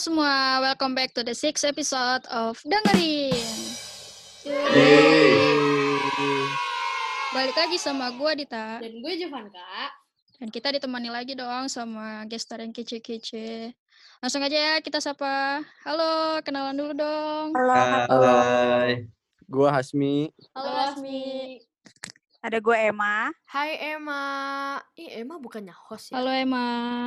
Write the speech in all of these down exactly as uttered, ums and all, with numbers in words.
semua, welcome back to the sixth episode of Dengerin. Balik lagi sama gue Dita. Dan gue Jovanka. Dan kita ditemani lagi dong sama gestar yang kece-kece. Langsung aja ya kita sapa. Halo, kenalan dulu dong. Halo, halo. Gue Hasmi. Halo, Halo Hasmi. Ada gue Emma. Hai Emma. Ih, Emma bukannya host ya? Halo Emma.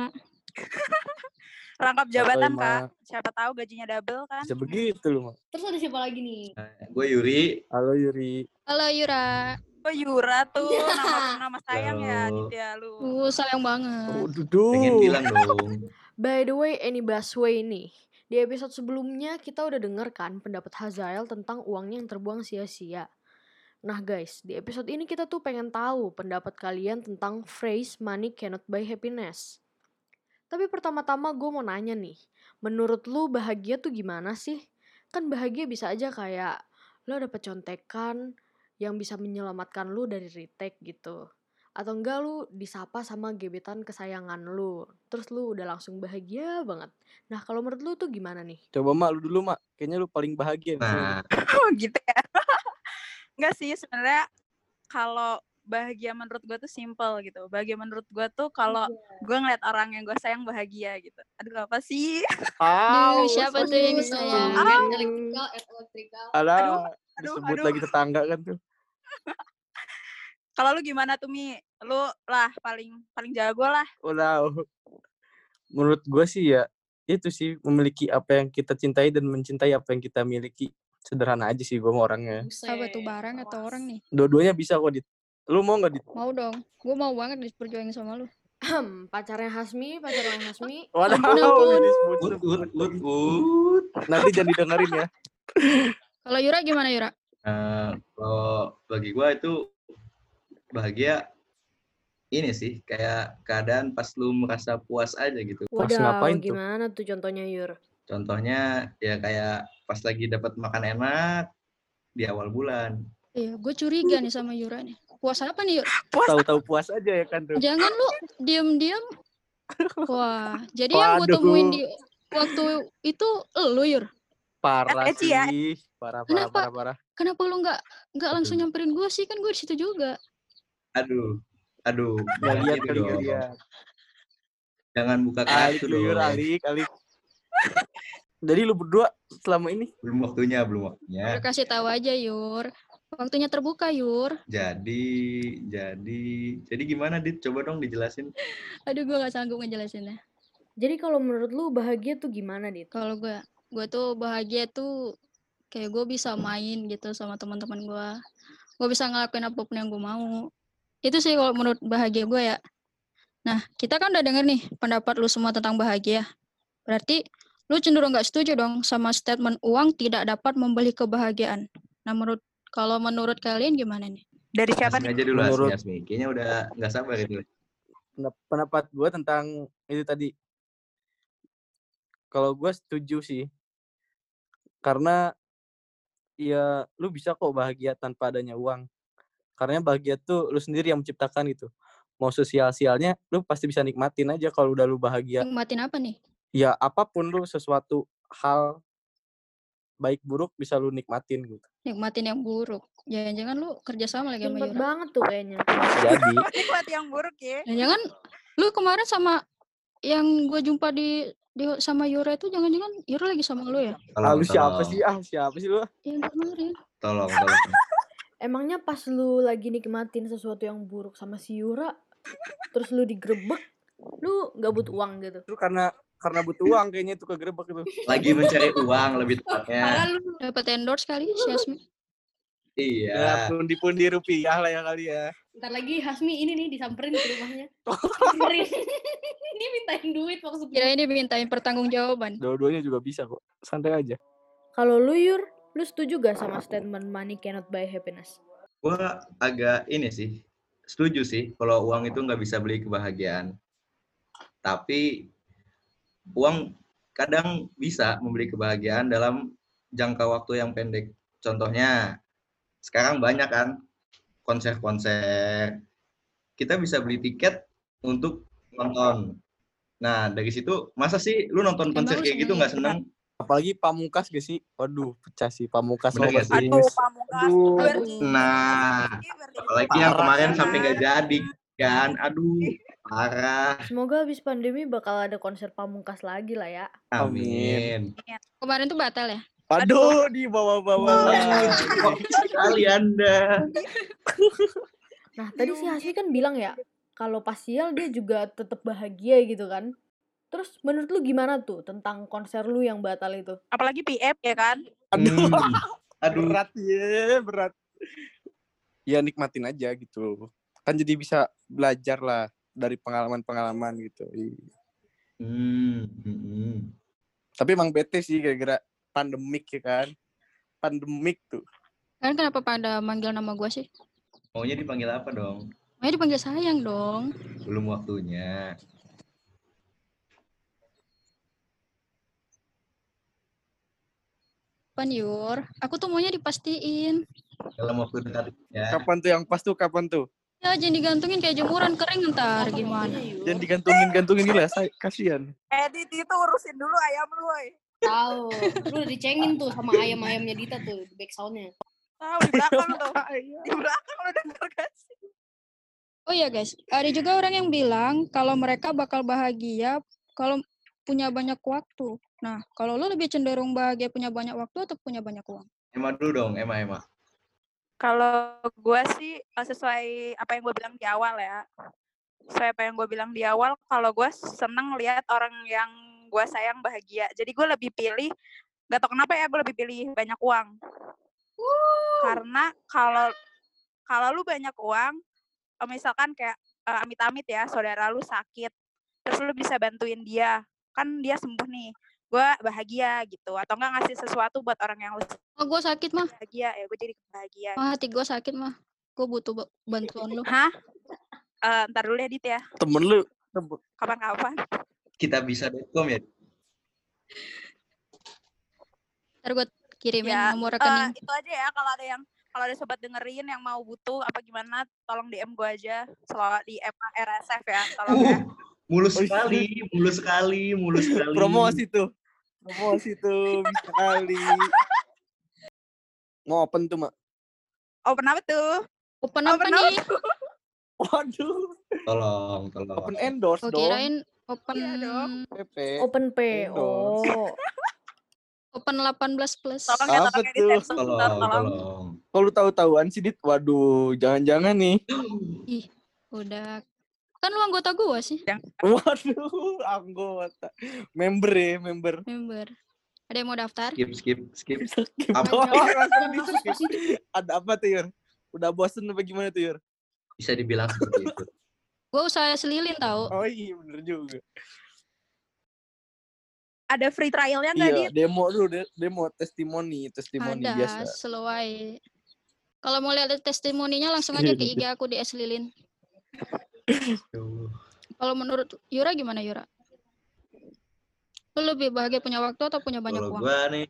Rangkap jabatan, Halo, Kak. Siapa tahu gajinya double kan? Bisa begitu loh, Mak. Terus ada siapa lagi nih? Gue Yuri. Halo Yuri. Halo Yura. Oh, Yura tuh nama nama sayang ya, Halo. Ditya lu. Uh, sayang banget. Oh, duduk. Pengen bilang dong. By the way, Any Busway nih. Di episode sebelumnya kita udah denger kan pendapat Hazael tentang uangnya yang terbuang sia-sia. Nah guys, di episode ini kita tuh pengen tahu pendapat kalian tentang phrase money cannot buy happiness. Tapi pertama-tama gue mau nanya nih, menurut lu bahagia tuh gimana sih? Kan bahagia bisa aja kayak lo dapet contekan yang bisa menyelamatkan lu dari retake gitu. Atau enggak lu disapa sama gebetan kesayangan lu. Terus lu udah langsung bahagia banget. Nah kalau menurut lu tuh gimana nih? Coba Mak, lu dulu Mak. Kayaknya lu paling bahagia. Nah, Oh, gitu ya. Enggak sih, sebenarnya kalau bahagia menurut gue tuh simple gitu. Bahagia menurut gue tuh kalau gue ngeliat orang yang gue sayang bahagia gitu. Aduh, apa sih? Duh, siapa tuh yang disayang? At electrical, at electrical. Alah, Aduh, aduh, disebut aduh. lagi tetangga kan tuh. Kalau lu gimana tuh, Mi? Lu lah paling paling jago lah. Udah. Menurut gue sih ya, itu sih memiliki apa yang kita cintai dan mencintai apa yang kita miliki. Sederhana aja sih gue mau orangnya. Apa tuh barang atau orang nih? Dua-duanya bisa kok, Dit. Lu mau gak, Dit? Mau dong. Gue mau banget diperjuangin sama lu. Pacarnya Hasmi, pacarnya Hasmi. Waduh, Ampun. disebut ut, ut, ut, ut. Nanti jangan didengerin ya. Kalau Yura gimana Yura? Nah, kalau bagi gue itu bahagia ini sih kayak keadaan pas lu merasa puas aja gitu. Pas Waduh, ngapain tuh? gimana tuh contohnya Yur? Contohnya ya kayak pas lagi dapat makan enak di awal bulan. Iya, gue curiga nih sama Yura nih. Puas apa nih Yura? Tahu-tahu puas aja ya kan tuh. Jangan lu diem-diem. Wah, jadi yang gue Waduh. temuin di waktu itu lu Yur. Parah Eci ya. sih. Parah, parah, Kenapa? parah, parah. Kenapa lu nggak nggak langsung nyamperin gue sih? Kan gue di situ juga. Aduh, aduh, Gak jangan lihat gitu kali, gak dong. lihat. Jangan buka Alik, kartu Yur, dong. alik, alik. Jadi lu berdua selama ini Belum waktunya, belum waktunya. Udah kasih tahu aja Yur. Waktunya terbuka Yur. Jadi, jadi, jadi gimana Dit? Coba dong dijelasin. Aduh, gue nggak sanggup ngejelasinnya. Jadi kalau menurut lu bahagia tuh gimana, Dit? Kalau gue, gue tuh bahagia tuh kayak gue bisa main gitu sama teman-teman gue. Gue bisa ngelakuin apapun yang gue mau. Itu sih kalau menurut bahagia gue ya. Nah, kita kan udah denger nih pendapat lu semua tentang bahagia. Berarti lu cenderung nggak setuju dong sama statement uang tidak dapat membeli kebahagiaan. Nah, menurut kalau menurut kalian gimana nih? Dari siapa Asmi nih? aja dulu, Menurut- Asmi, Asmi. Kayaknya udah nggak sabar itu. pendapat gue tentang itu tadi. Kalau gue setuju sih. Karena ya lu bisa kok bahagia tanpa adanya uang. Karena bahagia tuh lu sendiri yang menciptakan gitu. Mau sosial-sialnya lu pasti bisa nikmatin aja kalau udah lu bahagia. Nikmatin apa nih? Ya apapun lu sesuatu hal baik buruk bisa lu nikmatin gitu. Nikmatin yang buruk. Jangan-jangan lu kerja sama lagi sama Simpet Yura. banget tuh kayaknya. Jadi Nikmat yang buruk ya. Jangan lu kemarin sama yang gue jumpa di, di sama Yura itu jangan-jangan Yura lagi sama lu ya? ah, Tolong, lu siapa tolong. sih? Ah, siapa sih lu? Yang kemarin. Tolong, tolong. Emangnya pas lu lagi nikmatin sesuatu yang buruk sama si Yura, terus lu digrebek, lu gak butuh uang gitu? Itu karena karena butuh uang kayaknya itu kegerebek itu. Lagi mencari uang lebih tepatnya. Malah lu Dapat endorse kali si Asmi. Iya. Ya, pundi-pundi rupiah lah ya kali ya. ntar lagi Hasmi ini nih disamperin ke rumahnya. Disamperin. Dia mintain duit maksudnya. Kira ini mintain pertanggungjawaban. Dua-duanya juga bisa kok. Santai aja. Kalau lu Yur, lu setuju gak sama statement money cannot buy happiness? Gua agak ini sih, setuju sih kalau uang itu nggak bisa beli kebahagiaan. Tapi uang kadang bisa membeli kebahagiaan dalam jangka waktu yang pendek. Contohnya, sekarang banyak kan konser-konser. Kita bisa beli tiket untuk nonton. Nah, dari situ masa sih lu nonton Emang konser lu kayak gitu seneng nggak ya? seneng? Apalagi Pamungkas gak sih? Waduh, pecah sih Pamungkas Bener sama gak sih? Aduh, Pesimis. Pamungkas. Aduh, Berarti Nah, berarti apalagi yang Parah kemarin ya sampai nggak kan? jadi kan. Aduh, parah. Semoga habis pandemi bakal ada konser Pamungkas lagi lah ya. amin. Amin. Kemarin tuh batal ya? Aduh, di bawah-bawah. Kok sekali Anda. Nah, tadi si Hasmi kan bilang ya, kalau pas sial dia juga tetap bahagia gitu kan. Terus menurut lu gimana tuh tentang konser lu yang batal itu? Apalagi P F ya kan? Aduh, Hmm. Aduh. berat ya, berat. Ya nikmatin aja gitu. Kan jadi bisa belajar lah dari pengalaman-pengalaman gitu. Hmm. Hmm. Tapi emang bete sih gara-gara pandemik ya kan. Pandemik tuh. Kalian kenapa pada manggil nama gue sih? Maunya dipanggil apa dong? Maunya dipanggil sayang dong. Belum waktunya. Pan Yur, aku tuh maunya dipastiin. Dalam waktu dekat ya. Kapan tuh yang pas tuh? Kapan tuh? Ya jangan digantungin kayak jemuran kering ntar gimana? Jangan digantungin-gantungin gila, say- kasihan. Edit itu urusin dulu ayam lu, woy. Tahu, lu udah dicengin tuh sama ayam-ayamnya Dita tuh di back sound-nya. Tahu di belakang tuh. Di belakang lu denger gak sih? Oh iya guys, ada juga orang yang bilang kalau mereka bakal bahagia kalau punya banyak waktu. Nah, kalau lu lebih cenderung bahagia punya banyak waktu atau punya banyak uang? Emma dulu dong, Emma, Emma. Kalau gue sih sesuai apa yang gue bilang di awal ya. Sesuai apa yang gue bilang di awal, kalau gue seneng lihat orang yang gue sayang bahagia. Jadi gue lebih pilih, gak tau kenapa ya, gue lebih pilih banyak uang. Karena kalau kalau lu banyak uang, misalkan kayak uh, amit-amit ya, saudara lu sakit, terus lu bisa bantuin dia, kan dia sembuh nih, gue bahagia gitu. Atau enggak ngasih sesuatu buat orang yang lu Oh, gue sakit mah. bahagia, ya gue jadi bahagia. Oh, hati gue sakit mah. Gue butuh bantuan lu. Hah? Uh, ntar dulu ya, Dit ya. Temen lu. Temen. Kapan-kapan. Kita bisa dot com ya. Ntar gue kirimin Ya, nomor uh, rekening. itu aja ya, kalau ada yang kalau ada sobat dengerin yang mau butuh apa gimana, tolong D M gue aja. Selalu di M A R S F ya, tolong ya. Uh, mulus sekali, mulus sekali, mulus sekali. Promosi tuh. Promosi tuh, bisa kali. Mau open tuh, Mak. Open apa tuh? Open apa Open nih? Waduh. Tolong, tolong. Open endorse Oh, dong. kirain open Iya dong. P P. Open P. Endorse. Oh. Open delapan belas plus. Tolong ya, Apa tolong ya, tuh? disensor, Tolong, tolong. tolong. Kalau lu tahu-tahuan sih, Dit. Waduh, jangan-jangan nih. Ih, udah. Kan lu anggota gua sih, Waduh, anggota. Member ya, member. member. Ada yang mau daftar? Skip, skip, skip. Skip Apa? doang, langsung di Kasus skip. positif. Ada apa tuh, Yur? Udah bosen apa gimana tuh, Yur? Bisa dibilang seperti itu. Gua usaha selilin tahu. Oh iya, bener juga. Ada free trialnya nggak, Iya, Dit? demo dulu, de- demo testimoni, testimoni Ada, biasa. sesuai. Kalau mau lihat testimoninya langsung aja ke I G aku di S Lilin. Aduh. Kalau menurut Yura gimana, Yura? Lu lebih bahagia punya waktu atau punya banyak Kalau uang? gue nih,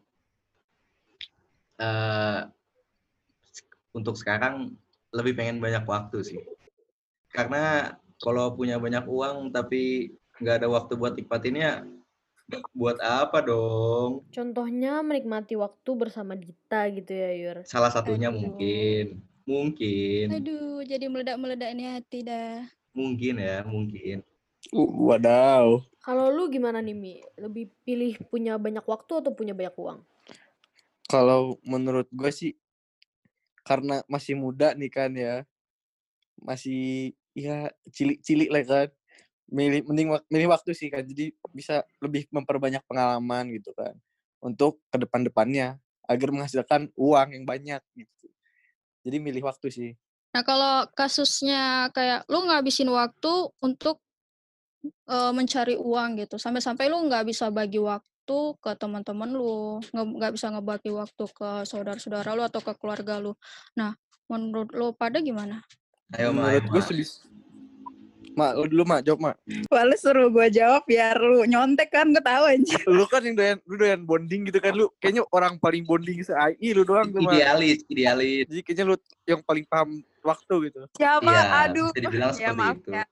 uh, untuk sekarang lebih pengen banyak waktu sih. Karena kalau punya banyak uang tapi nggak ada waktu buat nikmatinnya, buat apa dong? Contohnya menikmati waktu bersama Dita gitu ya, Yur. Salah satunya Aduh. mungkin, mungkin, Aduh, jadi meledak-meledak ini hati dah. mungkin ya, mungkin. Uh, wadaw. Kalau lu gimana nih, Mi? Lebih pilih punya banyak waktu atau punya banyak uang? Kalau menurut gue sih, karena masih muda nih kan ya, masih ya cilik-cilik lah kan, milih mending wak- milih waktu sih kan, jadi bisa lebih memperbanyak pengalaman gitu kan, untuk ke depan-depannya agar menghasilkan uang yang banyak gitu. Jadi milih waktu sih. Nah, kalau kasusnya kayak lu ngabisin waktu untuk uh, mencari uang gitu, sampai-sampai lu nggak bisa bagi waktu ke teman-teman lu, nggak nggak bisa ngebagi waktu ke saudara-saudara lu atau ke keluarga lu. Nah, menurut lu pada gimana? Ayo, Ma, Menurut ayo, gue Ma. sebis. Mak, lu dulu Mak, jawab Mak. Wah, lu suruh gue jawab biar lu nyontek kan, gue tahu anjir. Lu kan yang doyan, lu doyan bonding gitu kan, lu kayaknya orang paling bonding se-A I lu doang tuh Mak. Idealis, idealis. Jadi kayaknya lu yang paling paham waktu gitu. Siapa? Iya, Aduh. bisa dibilang Ya seperti maaf itu. ya.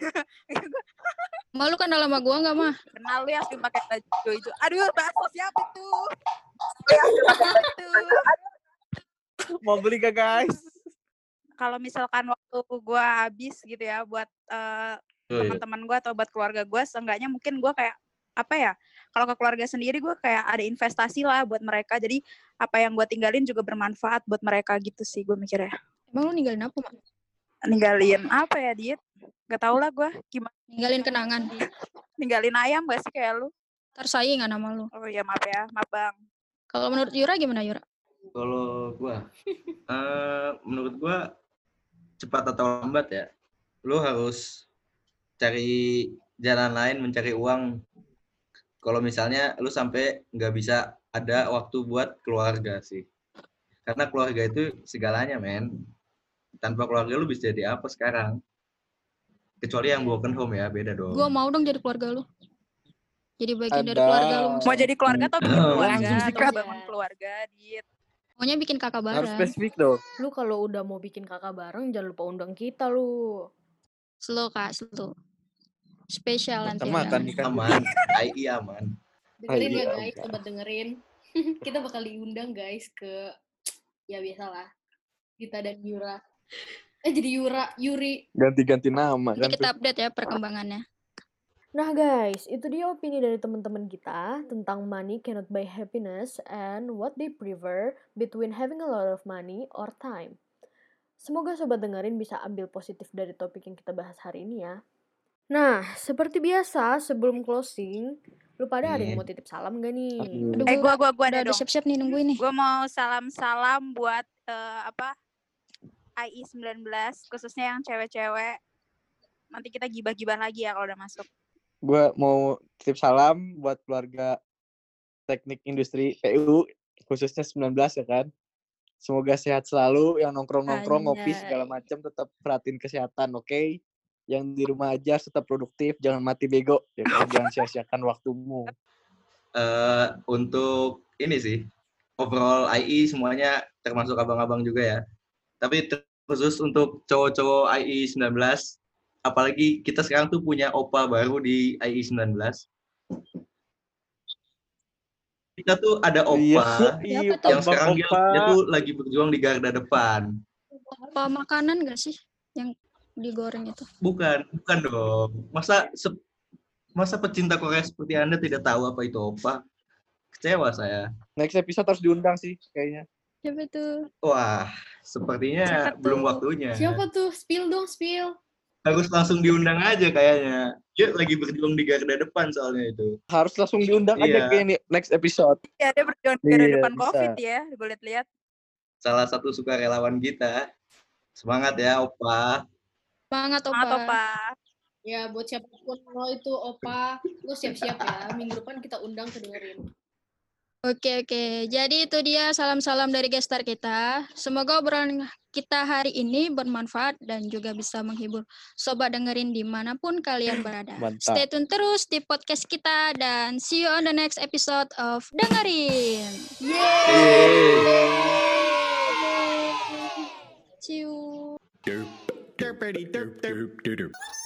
Malu kan dalam sama gua nggak mah? Kenal lu yang sering pakai baju hijau. Aduh, bakso siapa tuh? Yang sering pakai baju. Mau beli gak guys? Kalau misalkan waktu gua habis gitu ya buat uh, Oh, iya. teman-teman gua atau buat keluarga gua, seenggaknya mungkin gua kayak apa ya? Kalau ke keluarga sendiri gua kayak ada investasi lah buat mereka. Jadi apa yang gua tinggalin juga bermanfaat buat mereka gitu sih gua mikirnya. Emang lu ninggalin apa, Mak? Ninggalin apa ya, Dit? Gak tau lah gua gimana. Ninggalin kenangan. Ninggalin ayam gak sih kayak lu? Tersaingan sama lu. Oh iya, maaf ya, maaf Bang. Kalau menurut Yura gimana, Yura? Kalau gua, uh, menurut gua cepat atau lambat ya, lu harus cari jalan lain mencari uang. Kalau misalnya lu sampai nggak bisa ada waktu buat keluarga sih, karena keluarga itu segalanya, men. Tanpa keluarga lu bisa jadi apa sekarang? Kecuali yang broken home ya, beda dong. Gua mau dong jadi keluarga lu. Jadi bagian dari Ada. keluarga lu Mau maksudnya. jadi keluarga atau bikin keluarga Langsung atau sikat. bangun keluarga, Dit? Maunya bikin kakak Harus bareng. spesifik dong. Lu kalau udah mau bikin kakak bareng jangan lupa undang kita lu. Slow Kak, slow. Spesial nanti. Sama ya. kan ikan. Aman, I I aman. Dengerin iya, ya guys, enggak. sobat dengerin. Kita bakal diundang guys ke ya biasalah Dita dan Yura. Eh jadi Yura, Yuri. Ganti-ganti nama Nanti kan. kita tuh. update ya perkembangannya. Nah guys, itu dia opini dari teman-teman kita tentang money cannot buy happiness and what they prefer between having a lot of money or time. Semoga sobat dengerin bisa ambil positif dari topik yang kita bahas hari ini ya. Nah, seperti biasa sebelum closing, lu pada ada yang mau titip salam gak nih? Aduh, Eh, gua gua gua udah ada ada dong. siap-siap nih nungguin nih. Gue mau salam-salam buat eh, apa I I sembilan belas, khususnya yang cewek-cewek. Nanti kita gibah-gibah lagi ya kalau udah masuk. Gue mau titip salam buat keluarga teknik industri P U, khususnya sembilan belas ya kan. Semoga sehat selalu, yang nongkrong-nongkrong, ngopi Anjay. segala macam tetap perhatiin kesehatan, oke? Okay? Yang di rumah aja tetap produktif, jangan mati bego, ya kan? Jangan sia-siakan waktumu. Uh, untuk ini sih, overall I I semuanya termasuk abang-abang juga ya. Tapi khusus untuk cowok-cowok I I sembilan belas, apalagi kita sekarang tuh punya opa baru di I I sembilan belas. Kita tuh ada opa iya, Siapa tuh? yang sekarang dia, opa. dia tuh lagi berjuang di garda depan. Apa makanan gak sih yang digoreng itu? Bukan, bukan dong. Masa se- masa pecinta Korea seperti Anda tidak tahu apa itu opa? Kecewa saya. Next episode harus diundang sih kayaknya. Siapa tuh? Wah, sepertinya Siapa tuh? belum waktunya. Siapa tuh? Spill dong, spill. Harus langsung diundang aja kayaknya. Dia lagi berjuang di garda depan soalnya itu. Harus langsung diundang aja Iya. kayaknya nih, next episode. Ya, dia berjuang di Iya, depan bisa. COVID ya, gue lihat-lihat. Salah satu sukarelawan kita. Semangat ya, Opa. Semangat Opa. Semangat, Opa. Ya buat siapapun lo itu Opa, lo siap-siap ya. Minggu depan kita undang ke dengerin. Oke oke, jadi itu dia salam-salam dari gestar kita. Semoga obrolan kita hari ini bermanfaat dan juga bisa menghibur sobat dengerin dimanapun kalian berada. Mantap. Stay tune terus di podcast kita dan see you on the next episode of Dengerin. See you. Derp, derpity derp derp derp.